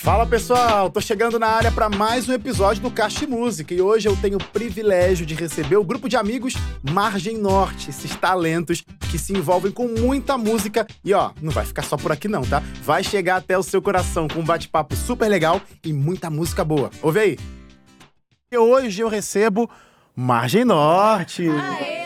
Fala pessoal, tô chegando na área para mais um episódio do Caixa Música e hoje eu tenho o privilégio de receber o grupo de amigos Margem Norte, esses talentos que se envolvem com muita música e não vai ficar só por aqui não, tá? Vai chegar até o seu coração com um bate-papo super legal e muita música boa. Ouve aí! E hoje eu recebo Margem Norte! Aê!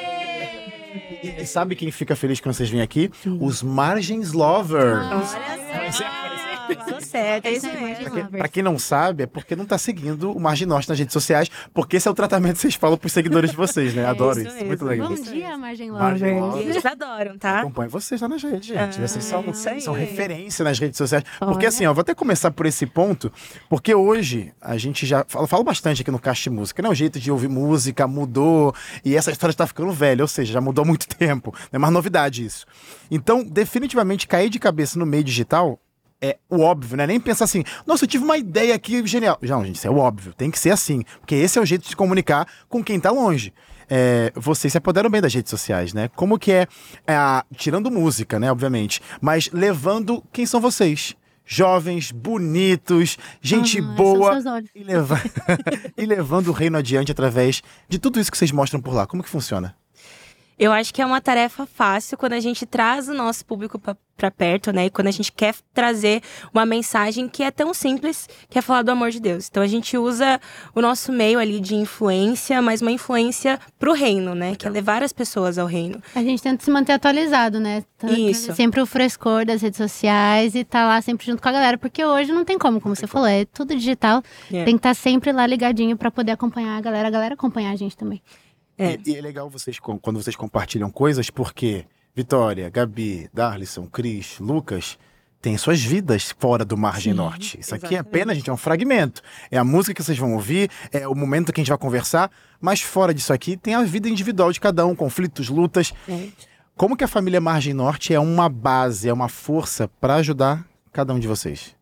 E sabe quem fica feliz quando vocês vêm aqui? Os Margens Lovers! Olha só! Sou certo, é isso mesmo. Pra quem não sabe, é porque não tá seguindo o Margem Norte nas redes sociais, porque esse é o tratamento que vocês falam pros seguidores de vocês, né? Adoro isso. Muito legal. Bom dia, Margem Margem Lover. Lover. Eles adoram, tá? Acompanho vocês lá nas redes, gente. Vocês isso são aí. referência nas redes sociais. Porque Olha. assim, vou até começar por esse ponto, porque hoje a gente já falo bastante aqui no Caixa Música, né? O jeito de ouvir música mudou e essa história está ficando velha, ou seja, já mudou há muito tempo. Não é mais novidade isso. Então, definitivamente, cair de cabeça no meio digital é o óbvio, né? Nem pensar assim, nossa, eu tive uma ideia aqui genial. Não, gente, isso é o óbvio, tem que ser assim. Porque esse é o jeito de se comunicar com quem tá longe. Vocês se apoderam bem das redes sociais, né? Como que tirando música, né, obviamente, mas levando quem são vocês? Jovens, bonitos, gente boa. São seus olhos. E levando o reino adiante através de tudo isso que vocês mostram por lá. Como que funciona? Eu acho que é uma tarefa fácil quando a gente traz o nosso público pra perto, né? E quando a gente quer trazer uma mensagem que é tão simples, que é falar do amor de Deus. Então a gente usa o nosso meio ali de influência, mas uma influência pro reino, né? Que é levar as pessoas ao reino. A gente tenta se manter atualizado, né? Isso. Sempre o frescor das redes sociais e tá lá sempre junto com a galera, porque hoje não tem como você falou, é tudo digital. É. Tem que estar sempre lá ligadinho pra poder acompanhar a galera acompanhar a gente também. E é legal quando vocês compartilham coisas, porque Vitória, Gabi, Darlison, Cris, Lucas têm suas vidas fora do Margem Norte. Isso aqui é apenas, gente, é um fragmento. É a música que vocês vão ouvir, é o momento que a gente vai conversar, mas fora disso aqui tem a vida individual de cada um, conflitos, lutas. Como que a família Margem Norte é uma base, é uma força para ajudar cada um de vocês?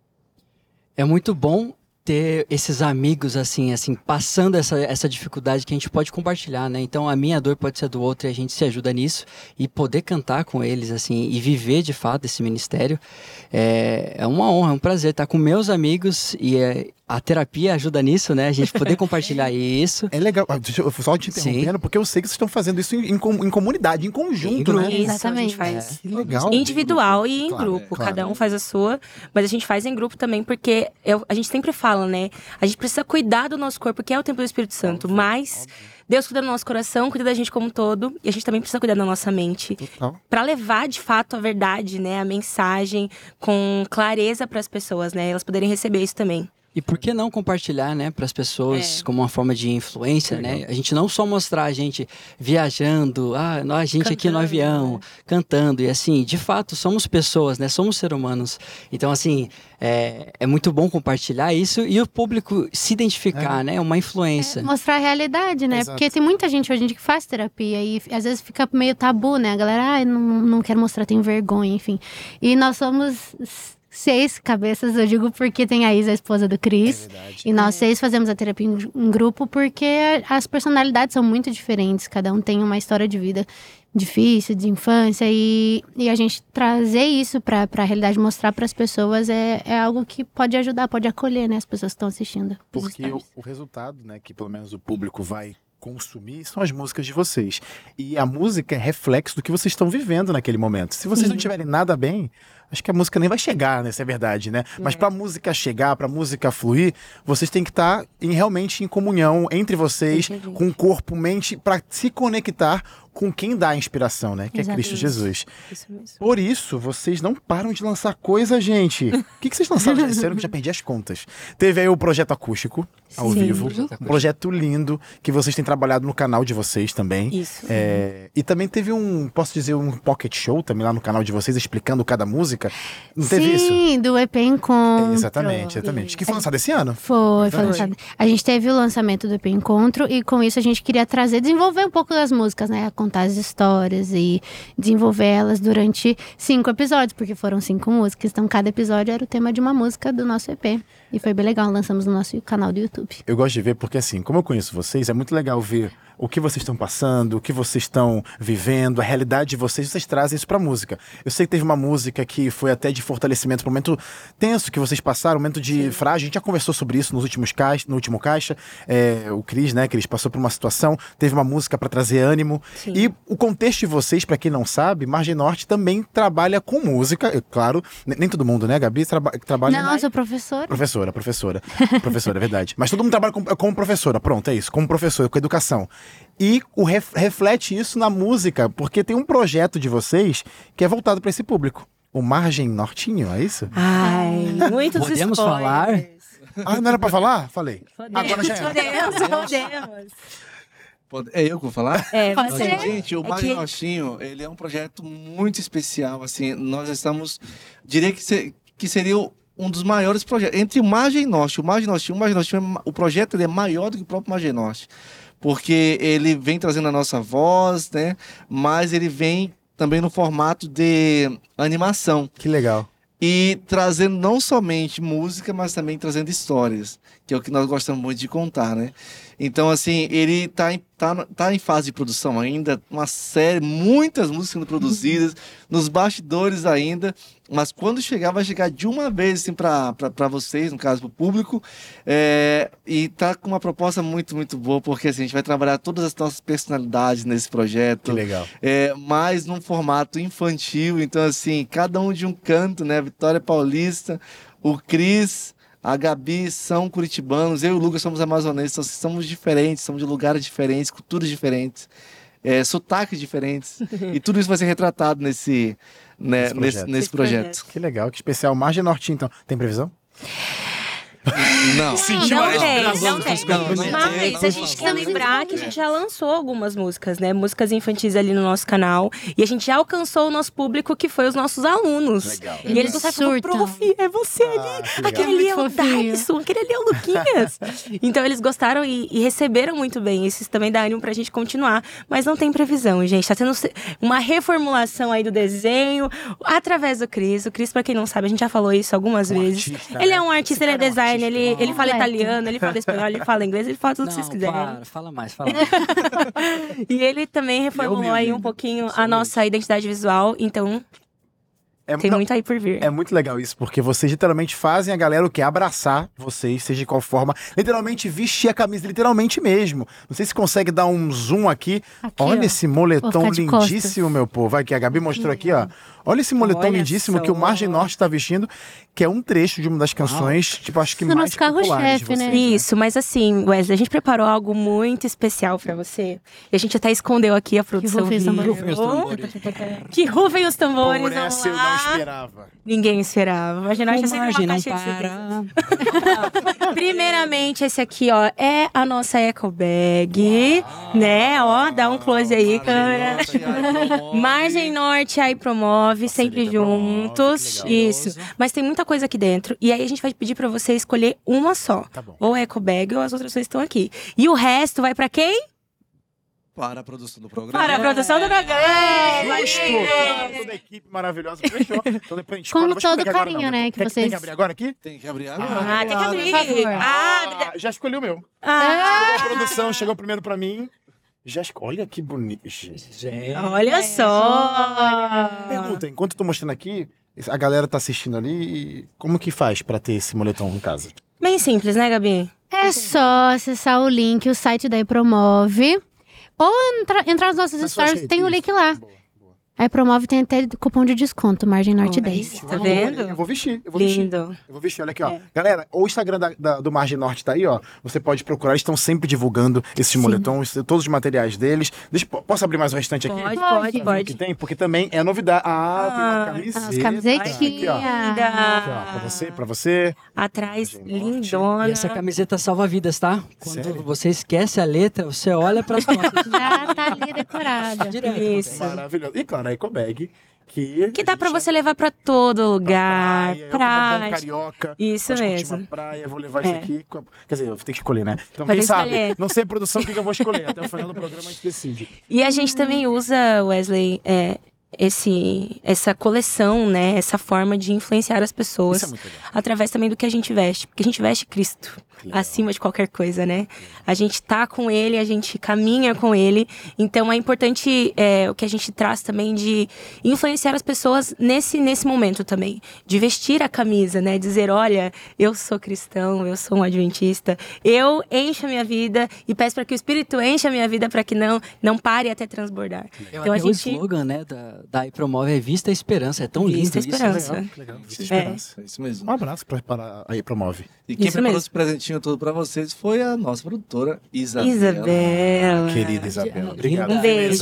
É muito bom ter esses amigos, assim, passando essa dificuldade que a gente pode compartilhar, né? Então, a minha dor pode ser do outro e a gente se ajuda nisso. E poder cantar com eles, assim, e viver, de fato, esse ministério é uma honra, é um prazer estar com meus amigos e a terapia ajuda nisso, né? A gente poder compartilhar isso. É legal. Deixa eu só te interrompendo, porque eu sei que vocês estão fazendo isso em comunidade, em conjunto, né? Isso, Exatamente. a gente faz Que legal. individual e em Claro, grupo. claro. Cada um faz a sua, mas a gente faz em grupo também, porque a gente sempre fala, né? A gente precisa cuidar do nosso corpo, que é o templo do Espírito Santo, mas Deus cuida do nosso coração, cuida da gente como um todo, e a gente também precisa cuidar da nossa mente. Total. Pra levar, de fato, a verdade, né? A mensagem com clareza para as pessoas, né? Elas poderem receber isso também. E por que não compartilhar, né, para as pessoas como uma forma de influência, né? A gente não só mostrar a gente viajando, a gente aqui no Cantando, avião, cantando, e assim, de fato, somos pessoas, né? Somos seres humanos. Então, assim, é muito bom compartilhar isso e o público se identificar, né? Uma influência. Mostrar a realidade, né? Exato. Porque tem muita gente hoje em dia que faz terapia e às vezes fica meio tabu, né? A galera, não quero mostrar, tem vergonha, enfim. E nós somos 6 cabeças, eu digo porque tem a Isa, a esposa do Cris. É verdade. E nós 6 fazemos a terapia em grupo porque as personalidades são muito diferentes. Cada um tem uma história de vida difícil, de infância. E a gente trazer isso pra realidade, mostrar pras pessoas é algo que pode ajudar, pode acolher, né? As pessoas que estão assistindo. os Porque stories. o resultado, né, que pelo menos o público vai consumir são as músicas de vocês. E a música é reflexo do que vocês estão vivendo naquele momento. Se vocês não tiverem nada bem, acho que a música nem vai chegar, né? Isso é verdade, né? Mas pra música chegar, pra música fluir, vocês têm que estar realmente em comunhão entre vocês, Entendi. com corpo, mente, pra se conectar com quem dá a inspiração, né? Que é Cristo Exatamente. Jesus. Isso mesmo. Por isso, vocês não param de lançar coisa, gente. O que vocês lançaram esse ano que eu já perdi as contas? Teve aí o projeto acústico, ao Sim. vivo. Projeto Um acústico. projeto lindo, que vocês têm trabalhado no canal de vocês também. Isso. E também teve posso dizer, um pocket show também lá no canal de vocês, explicando cada música. Não teve isso? Sim, do EP Encontro. Exatamente. Que foi lançado esse ano. Foi Verdade. lançado. A gente teve o lançamento do EP Encontro e com isso a gente queria desenvolver um pouco das músicas, né? Contar as histórias e desenvolver elas durante 5 episódios, porque foram 5 músicas. Então cada episódio era o tema de uma música do nosso EP. E foi bem legal, lançamos no nosso canal do YouTube. Eu gosto de ver porque, assim, como eu conheço vocês, é muito legal ver o que vocês estão passando, o que vocês estão vivendo, a realidade de vocês trazem isso pra música. Eu sei que teve uma música que foi até de fortalecimento pro momento tenso que vocês passaram, um momento de frágil. A gente já conversou sobre isso no último caixa. O Cris, né? Cris passou por uma situação, teve uma música pra trazer ânimo. Sim. E o contexto de vocês, pra quem não sabe, Margem Norte também trabalha com música. Claro, nem todo mundo, né, Gabi? Trabalha Não, eu sou professora. Professora, é verdade. Mas todo mundo trabalha como professora, pronto, é isso, como professora, com educação. E reflete isso na música, porque tem um projeto de vocês que é voltado para esse público. O Margem Nortinho, é isso? Ai, muitos Podemos spoilers. falar? Ah, não era pra falar? Falei. Agora já é. Podemos. É eu que vou falar? É, Pode você. ser. Gente, o Margem Nortinho, ele é um projeto muito especial, assim, nós estamos, diria que seria um dos maiores projetos, entre o Margem Norte, o projeto ele é maior do que o próprio Margem Norte, porque ele vem trazendo a nossa voz, né, mas ele vem também no formato de animação. Que legal. E trazendo não somente música, mas também trazendo histórias, que é o que nós gostamos muito de contar, né? Então, assim, ele tá em fase de produção ainda, uma série, muitas músicas sendo produzidas, nos bastidores ainda, mas quando chegar, vai chegar de uma vez, assim, para vocês, no caso, para o público, e tá com uma proposta muito, muito boa, porque, assim, a gente vai trabalhar todas as nossas personalidades nesse projeto. Que legal. Mais num formato infantil, então, assim, cada um de um canto, né? A Vitória Paulista, o Cris, a Gabi são curitibanos, eu e o Lucas somos amazonenses, então somos diferentes, somos de lugares diferentes, culturas diferentes, sotaques diferentes, e tudo isso vai ser retratado nesse projeto. Que legal, que especial. Margem Nortinho, então. Tem previsão? Não. Não tem. Mas a gente quer lembrar que a gente já lançou algumas músicas, né? Músicas infantis ali no nosso canal. E a gente já alcançou o nosso público, que foi os nossos alunos. Legal. E eles gostaram, prof, é você ali. que legal. Aquele ali é o Muito fofinho. Dyson, aquele ali é o Luquinhas. Então eles gostaram e receberam muito bem. Isso também dá ânimo pra gente continuar. Mas não tem previsão, gente. Tá tendo uma reformulação aí do desenho através do Cris. O Cris, pra quem não sabe, a gente já falou isso algumas vezes. Artista, Ele né? é um artista, ele é Esse cara é um designer, artista. ele fala Completo. italiano, ele fala espanhol, ele fala inglês, ele fala tudo que vocês quiserem. Fala mais, fala mais. E ele também reformulou aí um pouquinho a nossa identidade visual, então tem muito aí por vir. É muito legal isso, porque vocês literalmente fazem a galera o quê? Abraçar vocês, seja de qual forma. Literalmente vestir a camisa, literalmente mesmo. Não sei se consegue dar um zoom aqui. Olha ó. esse moletom Vou ficar de lindíssimo, costas. meu povo. Vai que a Gabi mostrou aqui, ó. Olha esse moletom Olha lindíssimo só. que o Margem Norte tá vestindo, que é um trecho de uma das canções, tipo, acho que Isso é mais nosso carro-chefe, populares de vocês, né? Isso, mas assim, Wesley, a gente preparou algo muito especial pra você. E a gente até escondeu aqui a produção. rufem os viu? tambores. Que rufem os tambores, Por vamos essa eu não lá. esperava. Ninguém esperava. Imagina, é sempre Margem uma não caixa de para. Primeiramente, esse aqui, ó, é a nossa eco bag, né? Ó, dá um close aí, câmera. Margem Norte aí promove, sempre Celita promove, juntos. que legal. Isso. Mas tem muita coisa aqui dentro. E aí a gente vai pedir pra você escolher uma só. Tá bom. Ou a eco bag ou as outras coisas estão aqui. E o resto vai pra quem? Para a produção do programa. Para a produção do programa. Justo! Toda a equipe maravilhosa. Fechou. Então depois a gente Com escolhe. Vou todo escolher agora, carinho, não. né, que Tem vocês- que abrir agora aqui? Tem que abrir agora. Ah, tem que abrir. por favor. Já escolhi o meu. A produção chegou primeiro pra mim. Olha que bonito. Gente. Olha só. Pergunta, enquanto eu tô mostrando aqui, a galera tá assistindo ali, e como que faz pra ter esse moletom em casa? Bem simples, né, Gabi? É só acessar o link, o site da iPromove. Ou entrar nos nossos Nas suas stories, redes, tem o isso. link lá. Boa, boa. A iPromove tem até cupom de desconto, Margem Norte 10. Tá vendo? Eu vou vestir, Lindo. Eu vou vestir, olha aqui, ó. Galera, o Instagram do Margem Norte tá aí, ó. Você pode procurar, eles estão sempre divulgando esses moletons, todos os materiais deles. Posso abrir mais um restante aqui? Pode. Que tem? Porque também é novidade. Ah, tem uma camiseta. As camisetinhas. Aqui, ó, pra você. Atrás, Margem Norte. lindona. E essa camiseta salva vidas, tá? Quando Sério? você esquece a letra, você olha pras costas. Já tá ali decorada. Direto. Isso. Maravilhoso. E claro, a Eco Bag, Que dá pra você levar pra todo lugar. praia, Praia. carioca. Isso Pode curtir mesmo. uma praia, vou levar isso aqui. Quer dizer, eu vou ter que escolher, né? Então, Pode quem sabe? escolher. Não sei a produção o que eu vou escolher. Até o final do programa a gente decide. E a gente também usa, Wesley, essa coleção, né? Essa forma de influenciar as pessoas Isso é muito legal. através também do que a gente veste. Porque a gente veste Cristo Legal. acima de qualquer coisa, né? A gente tá com Ele, a gente caminha com Ele. Então é importante o que a gente traz também de influenciar as pessoas nesse momento também. De vestir a camisa, né? Dizer, olha, eu sou cristão, eu sou um adventista. Eu encho a minha vida e peço para que o Espírito encha a minha vida para que não pare até transbordar. Então Até o slogan, né, da iPromove é Vista a Esperança. É tão Vista lindo a Esperança. Legal, legal. Vista É. Esperança. É isso mesmo. Um abraço para aí Promove. E quem Isso preparou mesmo. esse presentinho todo pra vocês foi a nossa produtora, Isabela. Isabela. Querida Isabela. Obrigado. Um beijo.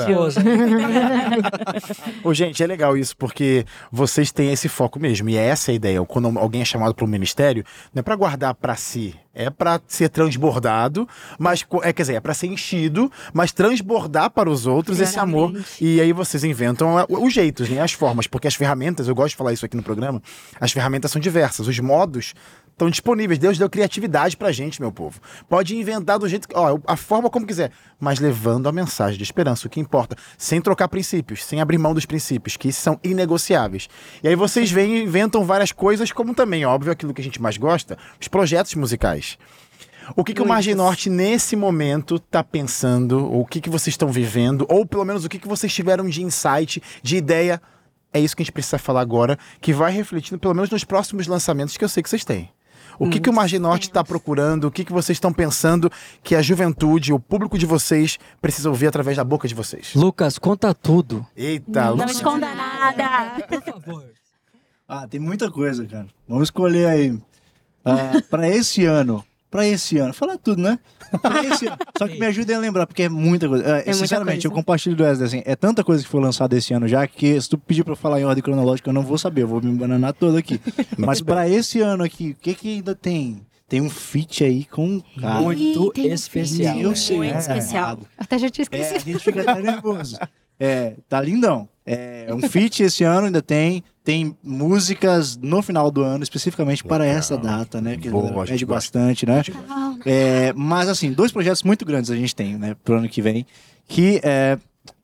Ô, gente, é legal isso, porque vocês têm esse foco mesmo. E é essa a ideia. Quando alguém é chamado para um ministério, não é para guardar para si. É para ser transbordado, mas quer dizer, é para ser enchido, mas transbordar para os outros esse amor. E aí vocês inventam os jeitos, né? As formas, porque as ferramentas, eu gosto de falar isso aqui no programa, as ferramentas são diversas, os modos estão disponíveis. Deus deu criatividade pra gente, meu povo. Pode inventar do jeito que, a forma como quiser, mas levando a mensagem de esperança, o que importa, sem trocar princípios, sem abrir mão dos princípios, que são inegociáveis. E aí vocês vêm e inventam várias coisas, como também, óbvio, aquilo que a gente mais gosta, os projetos musicais. O que o Margem Norte, nesse momento, tá pensando, ou o que vocês estão vivendo, ou pelo menos o que vocês tiveram de insight, de ideia, é isso que a gente precisa falar agora, que vai refletindo, pelo menos nos próximos lançamentos que eu sei que vocês têm. O que o Margem Norte está procurando, o que vocês estão pensando que a juventude, o público de vocês, precisa ouvir através da boca de vocês. Lucas, conta tudo. Eita, Não Lucas. esconda nada. Por favor. Tem muita coisa, cara. Vamos escolher aí. Pra esse ano. Falar tudo, né? Pra esse ano. Só que me ajudem a lembrar, porque é muita coisa. muita Sinceramente, coisa. eu compartilho do Wesley, assim, é tanta coisa que foi lançada esse ano já, que se tu pedir pra eu falar em ordem cronológica, eu não vou saber, eu vou me bananar todo aqui. Mas pra esse ano aqui, o que ainda tem? Tem um feat aí com um cara. Muito tem um especial. Eu sei, Muito especial. Até já tinha A esquecido. gente fica até nervoso. Tá lindão. É um feat esse ano ainda tem. Tem músicas no final do ano, especificamente para essa data, né? Que Boa, a gente pede gosta. bastante, né? Mas assim, 2 projetos muito grandes a gente tem, né? Pro ano que vem. Que é.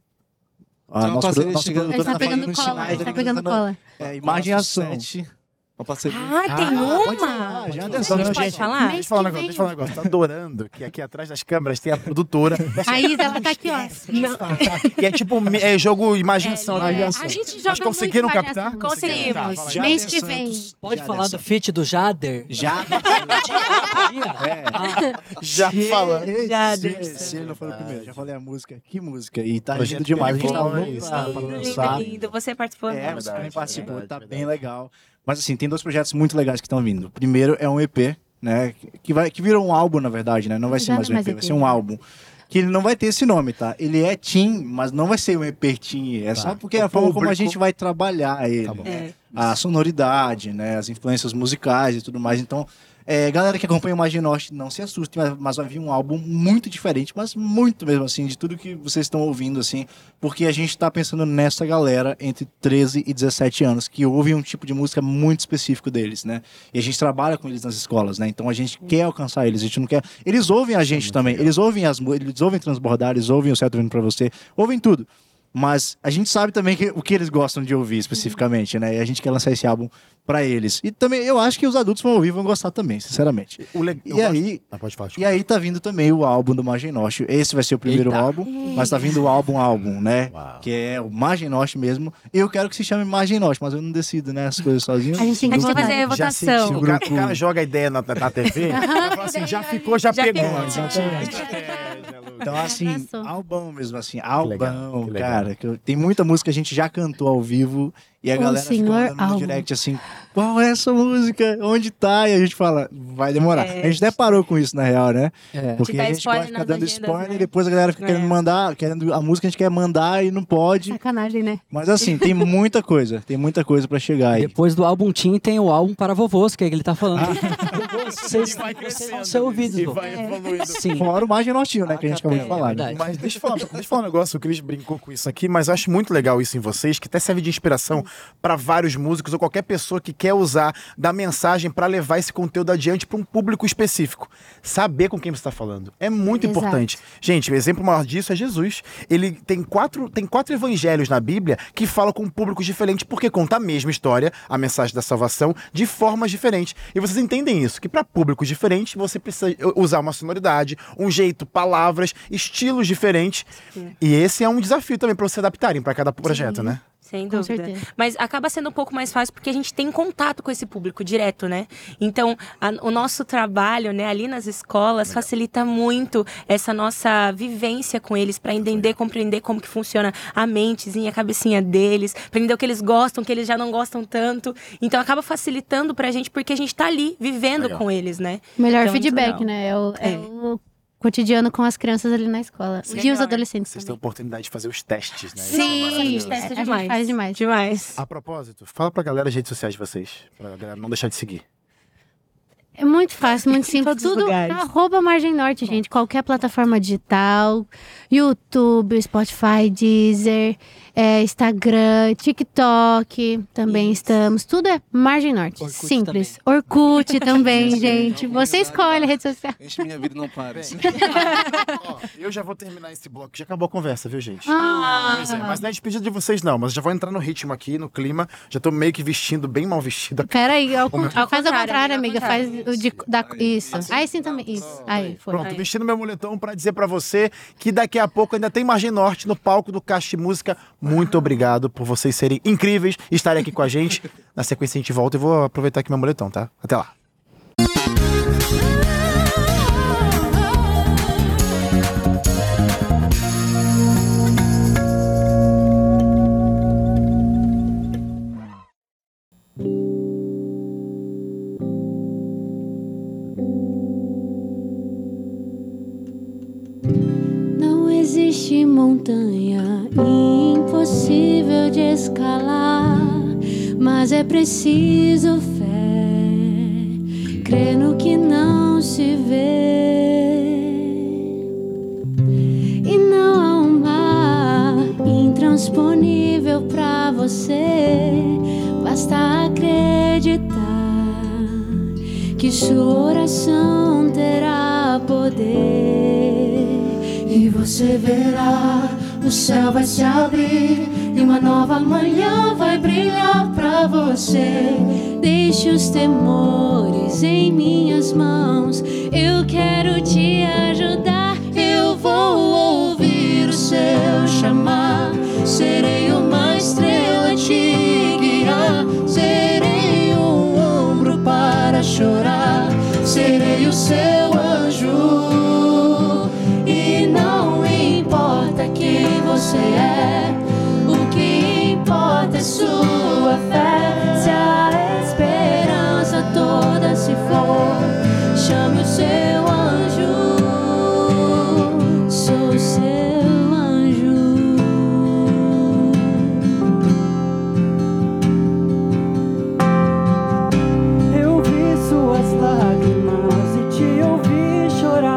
Uma parceria chegando- Ele tá pegando nos cola, sinais, ele tá ali, pegando dando- cola. Imagem e ação. Uma parceria. Tem pode uma? falar, já A atenção, gente não, pode gente. falar? Deixa eu falar um negócio. Tô adorando que aqui atrás das câmeras tem a produtora. A Isa, ela tá aqui, ó. Que é tipo jogo imaginação. A gente joga Mas conseguiram muito captar? imaginação. Conseguimos. Tá, Já Mês tem que vem. Santos. Pode Já falar tem do feat do Jader? Já. Já fala. Se ele não foi o primeiro, já falei a música. Que música? E tá Projeto lindo demais. A gente tá Bom, louco isso. pra lançar. Lindo. Você participou? Você também Verdade, participou, verdade, tá verdade. bem legal. Mas assim, tem 2 projetos muito legais que estão vindo. O primeiro é um EP, né? Que virou um álbum, na verdade, né? Não vai ser Já mais um não é EP, mais vai EP, ser um né? álbum. Que ele não vai ter esse nome, tá? Ele é Teen, mas não vai ser um EP Teen. É só porque é a forma como a público- gente vai trabalhar ele. Tá bom. Né? A sonoridade, né? As influências musicais e tudo mais. Então, galera que acompanha o Margem Norte, não se assuste, mas vai vir um álbum muito diferente, mas muito mesmo, assim, de tudo que vocês estão ouvindo, assim, porque a gente tá pensando nessa galera entre 13 e 17 anos, que ouve um tipo de música muito específico deles, né? E a gente trabalha com eles nas escolas, né? Então a gente quer alcançar eles, a gente não quer... Eles ouvem a gente também, eles ouvem eles ouvem Transbordar, eles ouvem o Certo Vindo Pra Você, ouvem tudo. Mas a gente sabe também o que eles gostam de ouvir especificamente, né? E a gente quer lançar esse álbum pra eles. E também eu acho que os adultos vão ouvir e vão gostar também, sinceramente. Pode falar. E aí tá vindo também o álbum do Margem Norte. Esse vai ser o primeiro Eita. álbum, mas tá vindo o álbum, né? Uau. Que é o Margem Norte mesmo. Eu quero que se chame Margem Norte, mas eu não decido, né? As coisas sozinho. A gente tem A que gente vai votar. fazer a Já votação. senti, o cara joga a ideia na TV, fala assim, já ficou, já Já pegou. pegou. Exatamente. Então, assim, Abraçou. albão mesmo, assim, legal, albão, que legal. cara. Tem muita música que a gente já cantou ao vivo e a O galera fica Senhor mandando no Álbum. direct assim, qual é essa música? Onde tá? E a gente fala, vai demorar. A gente até parou com isso, na real, né? Porque dá a gente spoiler gosta de ficar nas dando agendas, spoiler né? e depois a galera fica querendo mandar, querendo a música a gente quer mandar e não pode. Sacanagem, né? Mas assim, tem muita coisa pra chegar aí. Depois do álbum Teen tem o álbum para vovôs, que é que ele tá falando. Vovôs, vocês vão ser ouvidos, E vô. vai evoluindo. Sim. Fora o Margem Nortinho, né? Que a gente acabou de falar. né? verdade. Mas deixa eu falar um negócio, o Cris brincou com isso aqui, mas eu acho muito legal isso em vocês, que até serve de inspiração para vários músicos ou qualquer pessoa que quer usar da mensagem para levar esse conteúdo adiante para um público específico. Saber com quem você está falando é muito Exato. importante. Gente, o exemplo maior disso é Jesus. Ele tem quatro evangelhos na Bíblia que falam com públicos diferentes porque conta a mesma história, a mensagem da salvação, de formas diferentes. E vocês entendem isso, que para públicos diferentes você precisa usar uma sonoridade, um jeito, palavras, estilos diferentes. E esse é um desafio também para vocês se adaptarem para cada projeto, né? Sem Com dúvida. certeza. Mas acaba sendo um pouco mais fácil porque a gente tem contato com esse público direto, né? Então, o nosso trabalho, né, ali nas escolas facilita muito essa nossa vivência com eles para entender, compreender como que funciona a mentezinha, a cabecinha deles, para entender o que eles gostam, o que eles já não gostam tanto. Então, acaba facilitando pra gente porque a gente tá ali vivendo Legal. com eles, né? Melhor Então, muito feedback, legal. né? É o cotidiano com as crianças ali na escola. E os Melhor. adolescentes Vocês têm a também. oportunidade de fazer os testes, né? Sim, Isso é maravilhoso. testa A gente demais. faz demais. Demais. A propósito, fala pra galera as redes sociais de vocês, pra galera não deixar de seguir. É muito fácil, muito simples. todos os Tudo lugares. @Margem Norte, gente. Qualquer plataforma digital, YouTube, Spotify, Deezer, Instagram, TikTok, também estamos. Tudo é Margem Norte. Orkut Simples. Orkut também, gente. Você escolhe a rede social. Enche minha vida não para. Ó, eu já vou terminar esse bloco, já acabou a conversa, viu, gente? Ah, Pois é, mas não é despedida de vocês não, mas já vou entrar no ritmo aqui, no clima. Já tô meio que vestindo, bem mal vestido. Pera aí, faz ao contrário, contrário, amiga. ao Faz contrário. o isso. Aí sim também. Isso. Aí, foi. Pronto, vestindo meu moletom pra dizer pra você que daqui a pouco ainda tem Margem Norte no palco do Caixa de Música. Muito obrigado por vocês serem incríveis e estarem aqui com a gente. Na sequência a gente volta e vou aproveitar aqui meu moletom, tá? Até lá. Não existe montanha impossível de escalar, mas é preciso fé, crer no que não se vê. E não há um mar intransponível pra você, basta acreditar que sua oração terá poder. E você verá, o céu vai se abrir e uma nova manhã vai brilhar pra você. Deixe os temores em minhas mãos, eu quero te ajudar. Eu vou ouvir o seu chamar, serei uma estrela a te guiar. Serei um ombro para chorar, serei o seu anjo. E não importa quem você é, o que importa é sua fé. Se a esperança toda se for, chame o seu anjo. Sou seu anjo. Eu vi suas lágrimas e te ouvi chorar.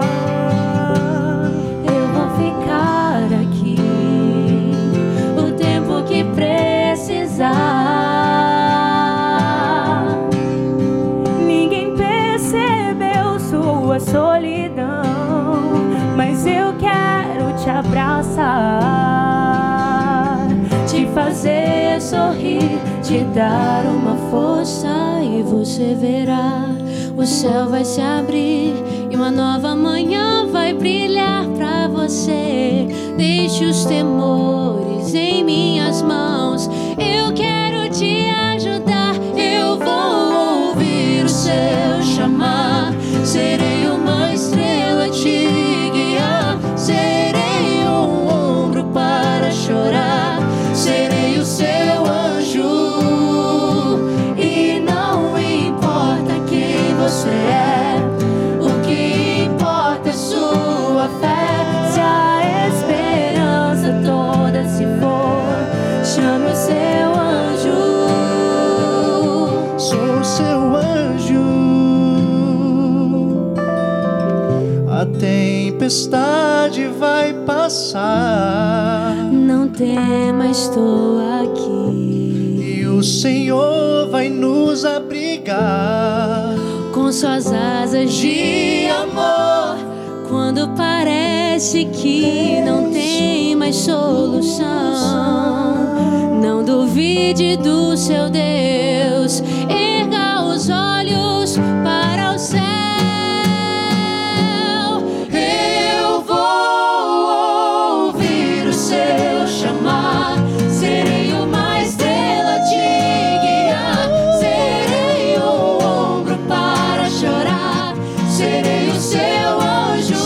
Eu vou ficar aqui o tempo que precisar. Ninguém percebeu sua solidão, mas eu quero te abraçar, Te fazer sorrir, te dar uma força. E você verá, o céu vai se abrir e uma nova manhã vai brilhar pra você. Deixe os temores em minhas mãos, eu quero te ajudar. Eu vou ouvir o seu chamar, serei uma estrela a te guiar. Serei um ombro para chorar, serei o seu anjo. E não importa quem você é, o que importa é sua fé. Se a esperança toda se for, chame o seu anjo. Sou seu anjo. A tempestade vai passar Não tema, estou aqui. e o Senhor vai nos abrigar. Com suas asas de amor. Quando parece que não tem mais solução, não duvide do seu Deus. Erga os olhos para o céu. Eu vou ouvir o seu chamar. Serei uma estrela te guiar. Serei o ombro para chorar. Serei o seu anjo.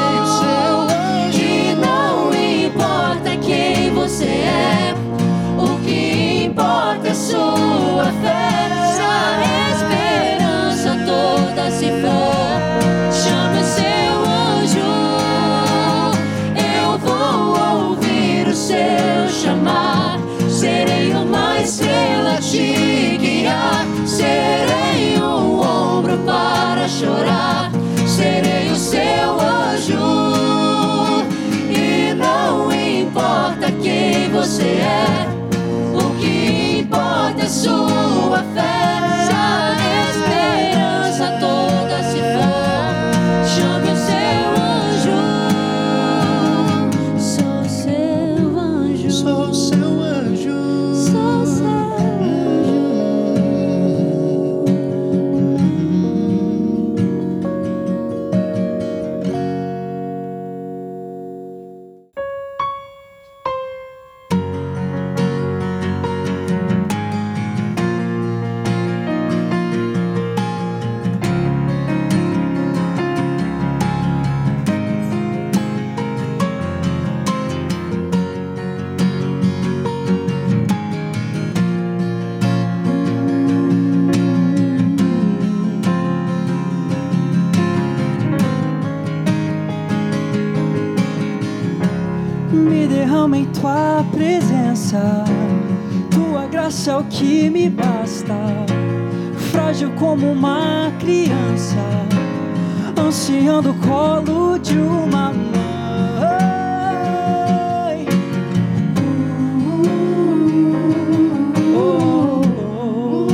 E não importa quem você é, o que importa é sua fé. Se a esperança toda se for, chame o seu anjo. Eu vou ouvir o seu chamar. Serei uma estrela te guiar. Serei um ombro para chorar. Serei o seu anjo. E não importa quem você é, o que importa é sua fé. Se a esperança toda se for, chame o seu anjo. Sou seu anjo. Sou seu anjo. Sou seu anjo. Me derrama em tua presença, tua graça é o que me basta. Frágil como uma criança, ansiando o colo de uma mãe. Oh, oh,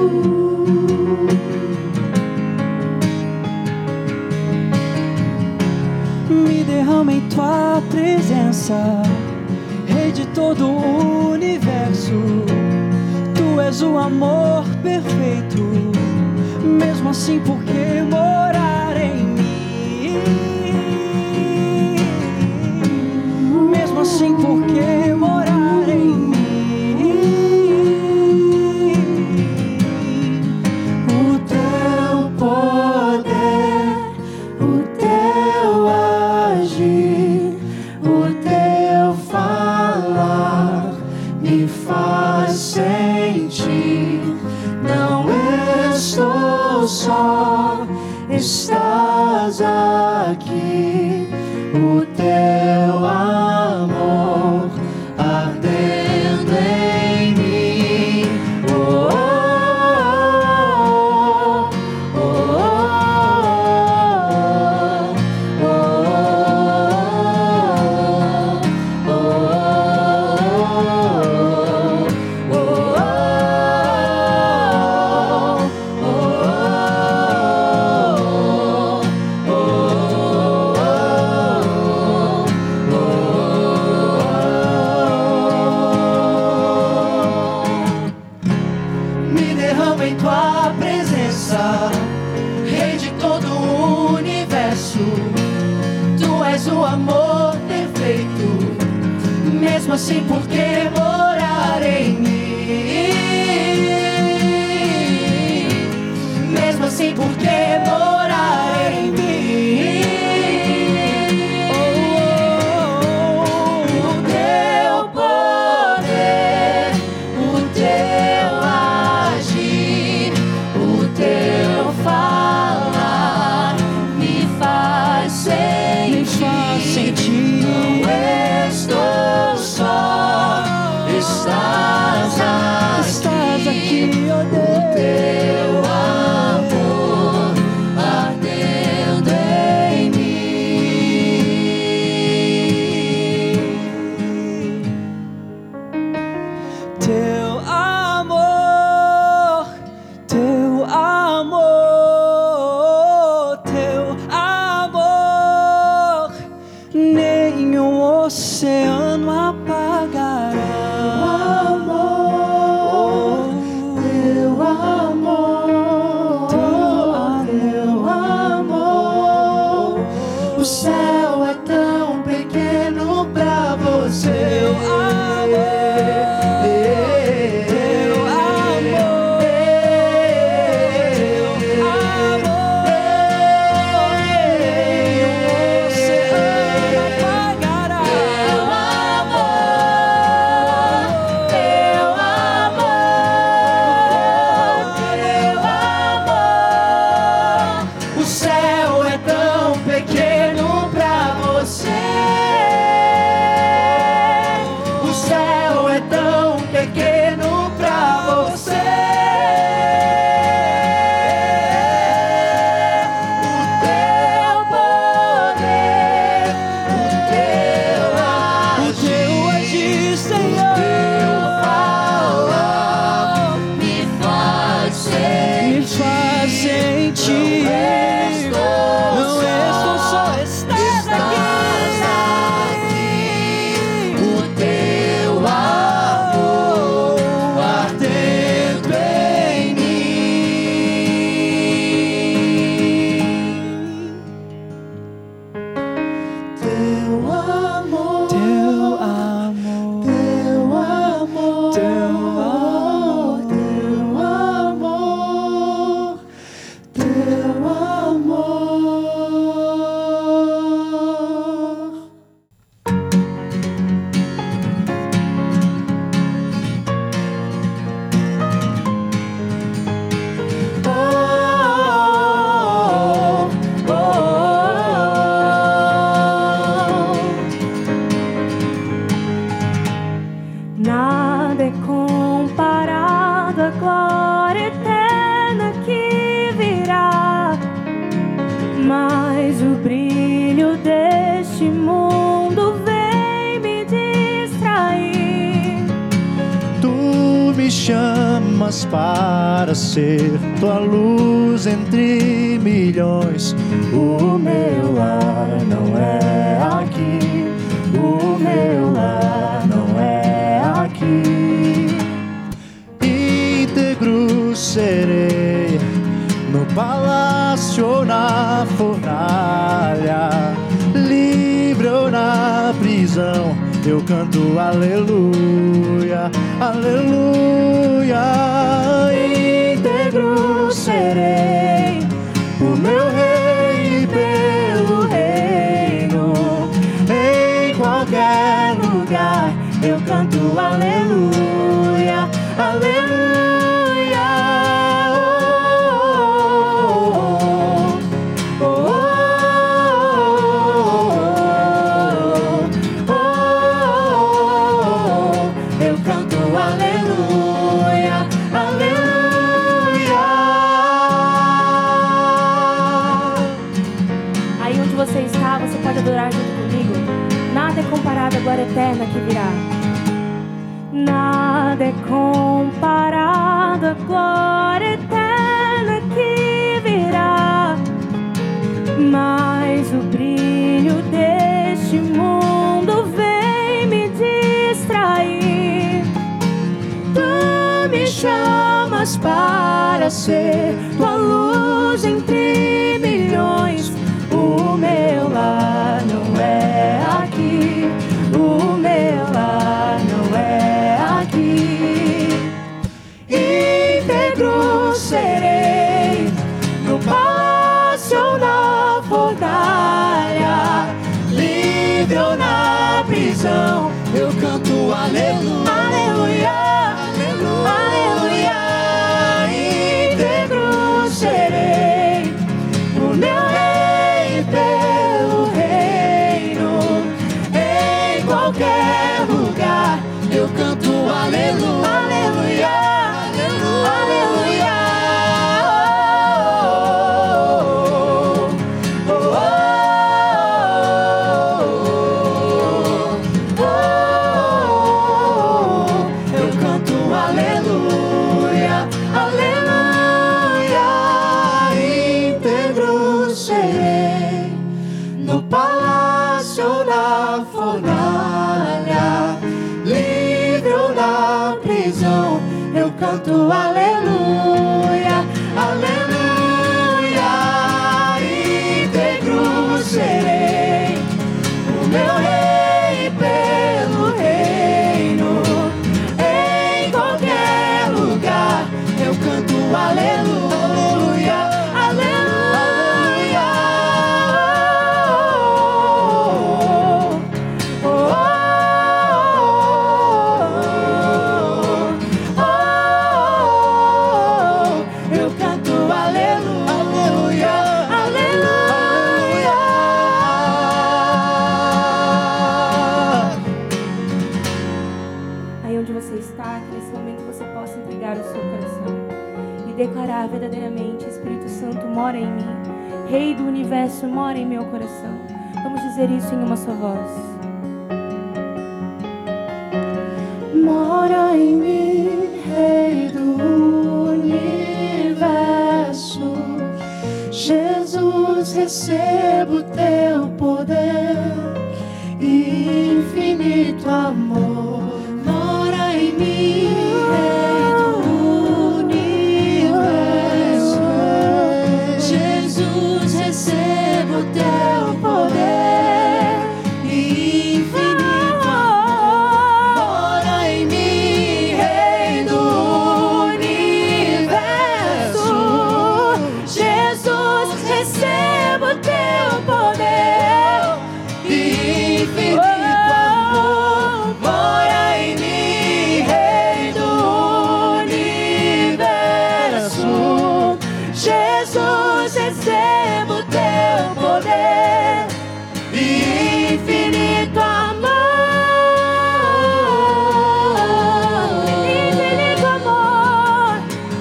oh. Me derrama em tua presença, Rei de todo o universo. Tu és o amor perfeito. Mesmo assim, por que morar em mim? Mesmo assim, por que morar em mim? O teu poder, o teu agir, o teu falar me faz sentir. Não estou só, estás aqui. O teu amor ardendo em mim. Oh, oh, oh, me derrama em tua presença, Rei de todo o universo. Tu és o amor perfeito. Mesmo assim, por que morar em mim? Mesmo assim, por que morar em mim? O teu poder, o teu agir, o teu falar me faz sentir. Não estou só, O céu é tão pequeno pra você. Teu Nada é comparado à glória eterna que virá, mas o brilho deste mundo vem me distrair. Tu me chamas para ser tua luz entre milhões. O meu lar não é aqui, o meu lar não é aqui. Íntegro serei no palácio ou na fornalha, livre ou na prisão, eu canto aleluia, aleluia. Íntegro serei por meu rei e pelo reino, em qualquer lugar eu canto aleluia, aleluia. Eu canto aleluia, aleluia. Aí onde você está, você pode adorar junto comigo. Nada é comparado à glória eterna que virá. Nada é comparado à glória eterna que virá, mas o brilho deste mundo vem me distrair. Tu me chamas para ser tua luz entre milhões. O meu lar não é aqui, o meu lar não é aqui. Íntegro serei no palácio ou na fornalha, livre ou na prisão, eu canto aleluia, aleluia, aleluia. Íntegro serei por meu rei e pelo reino, em qualquer lugar eu canto aleluia, aleluia, aleluia. Eu canto aleluia, aleluia. Íntegro serei no palácio ou na fornalha, livre ou na prisão, eu canto aleluia, aleluia. Íntegro serei adorar verdadeiramente. Espírito Santo mora em mim. Rei do universo mora em meu coração. Vamos dizer isso em uma só voz. Mora em mim, Rei do universo. Jesus, recebo teu poder e infinito amor. Mora em mim, Rei do universo. Jesus, recebo teu poder e infinito amor. Mora em mim, Rei do universo. Jesus, recebo teu poder e infinito amor. Mora em mim, Rei do universo. Jesus, recebo teu poder e infinito amor. Infinito amor.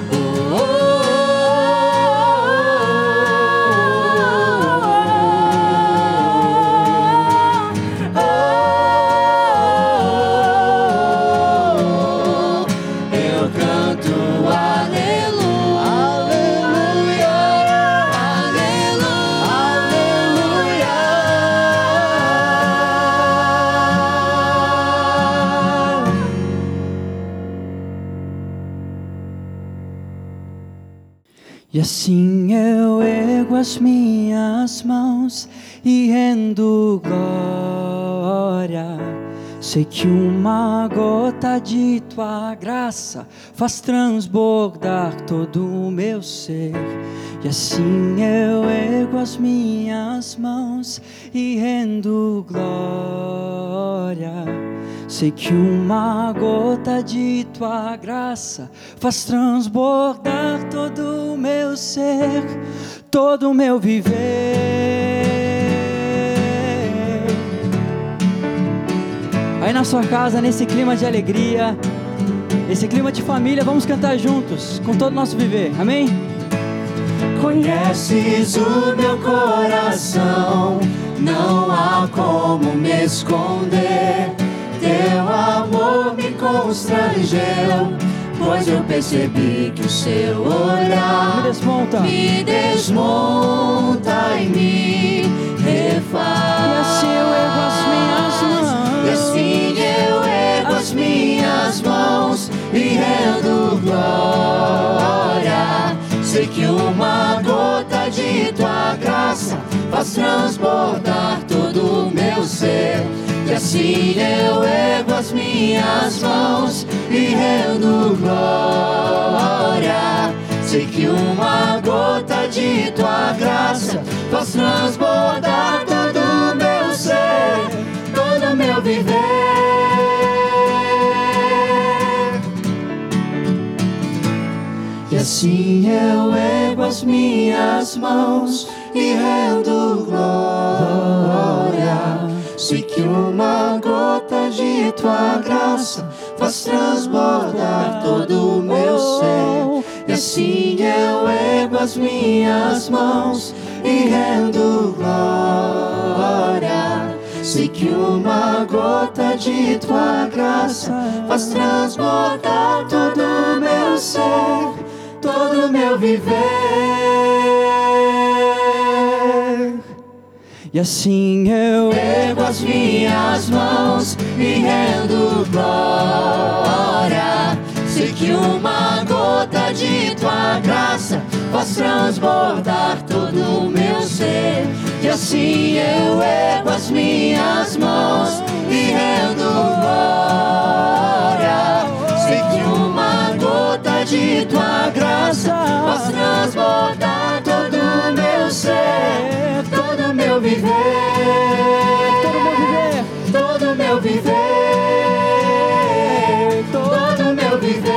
Eu canto aleluia, aleluia, aleluia. E assim eu ergo as minhas mãos e rendo glória. Sei que uma gota de tua graça faz transbordar todo o meu ser. E assim eu ergo as minhas mãos e rendo glória. Sei que uma gota de tua graça faz transbordar todo o meu ser, todo o meu viver. Aí na sua casa, nesse clima de alegria, esse clima de família, vamos cantar juntos, com todo o nosso viver, amém? Conheces o meu coração, não há como me esconder. Teu amor me constrangeu, pois eu percebi que o seu olhar me desmonta e me refaz. E assim eu ergo as minhas mãos, E assim eu ergo as minhas mãos e rendo glória. Sei que uma gota de tua graça faz transbordar todo o meu ser. E assim eu ergo as minhas mãos e rendo glória. Sei que uma gota de tua graça faz transbordar todo o meu ser, todo o meu viver. E assim eu ergo as minhas mãos e rendo glória. Sei que uma gota de tua graça faz transbordar todo o meu ser. E assim eu ergo as minhas mãos e rendo glória. Sei que uma gota de tua graça faz transbordar todo o meu ser, todo o meu viver. e assim eu Ergo as minhas mãos e rendo glória. Sei que uma gota de tua graça faz transbordar todo o meu ser. E assim eu ergo as minhas mãos e rendo glória. Sei que uma gota de tua graça faz transbordar todo o meu ser, todo o meu viver, todo o meu viver, todo o meu viver,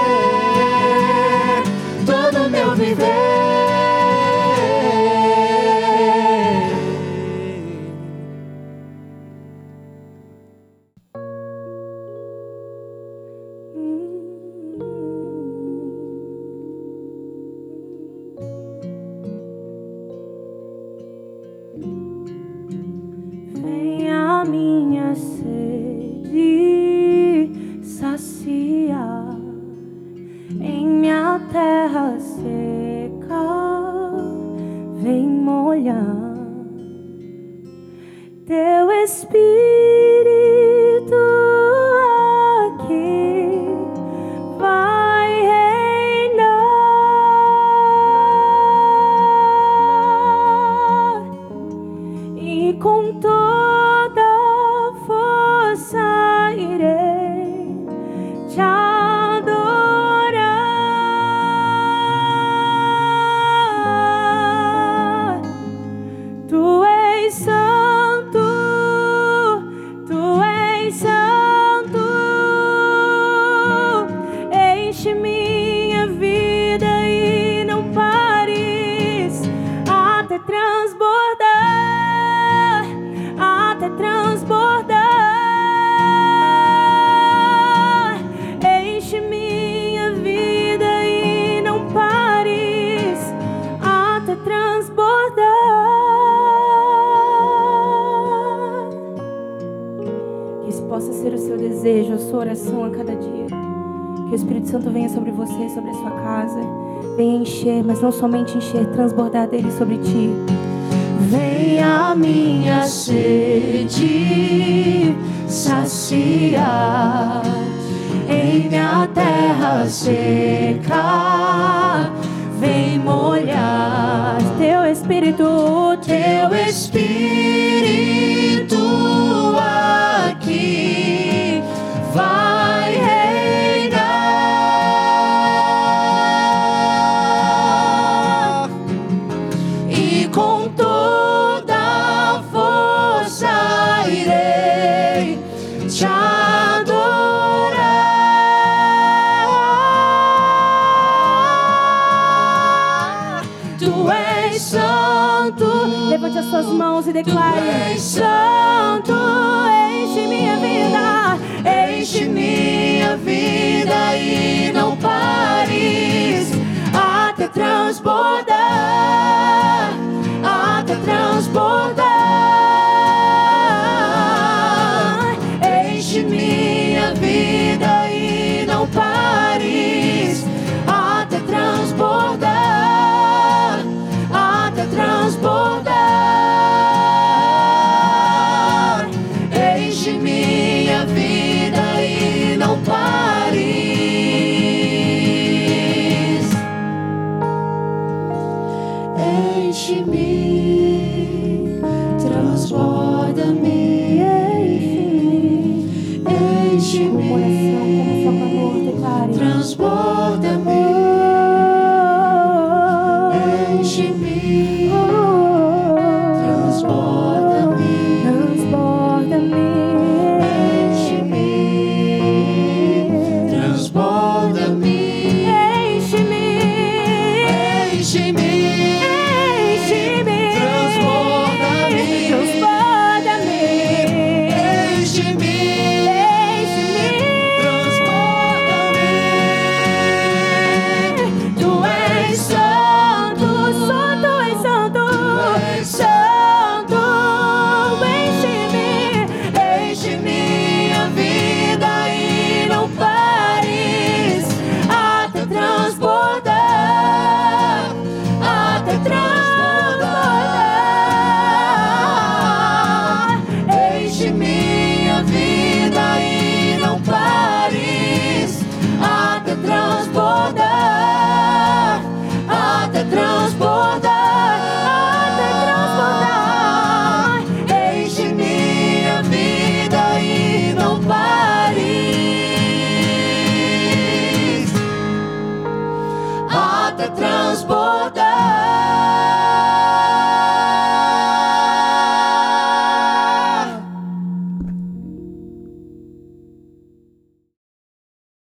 todo o meu viver. Vem a minha sede saciar em minha terra seca, vem molhar teu Espírito aqui vai reinar e com toda força irei te adorar. Tu és santo, tu és santo. Enche minha vida e não pares até transbordar, até transbordar. Enche minha vida e não pares até transbordar. Que isso possa ser o seu desejo, a sua oração a cada dia. Que o Espírito Santo venha sobre você, sobre a sua casa. Venha encher, mas não somente encher, transbordar dele sobre ti. Vem a minha sede saciar em minha terra seca, vem molhar Teu Espírito aqui vai reinar e com toda força irei te adorar. Tu és santo. Levante as suas mãos e declare: Tu és santo, enche minha vida e não pares até transbordar,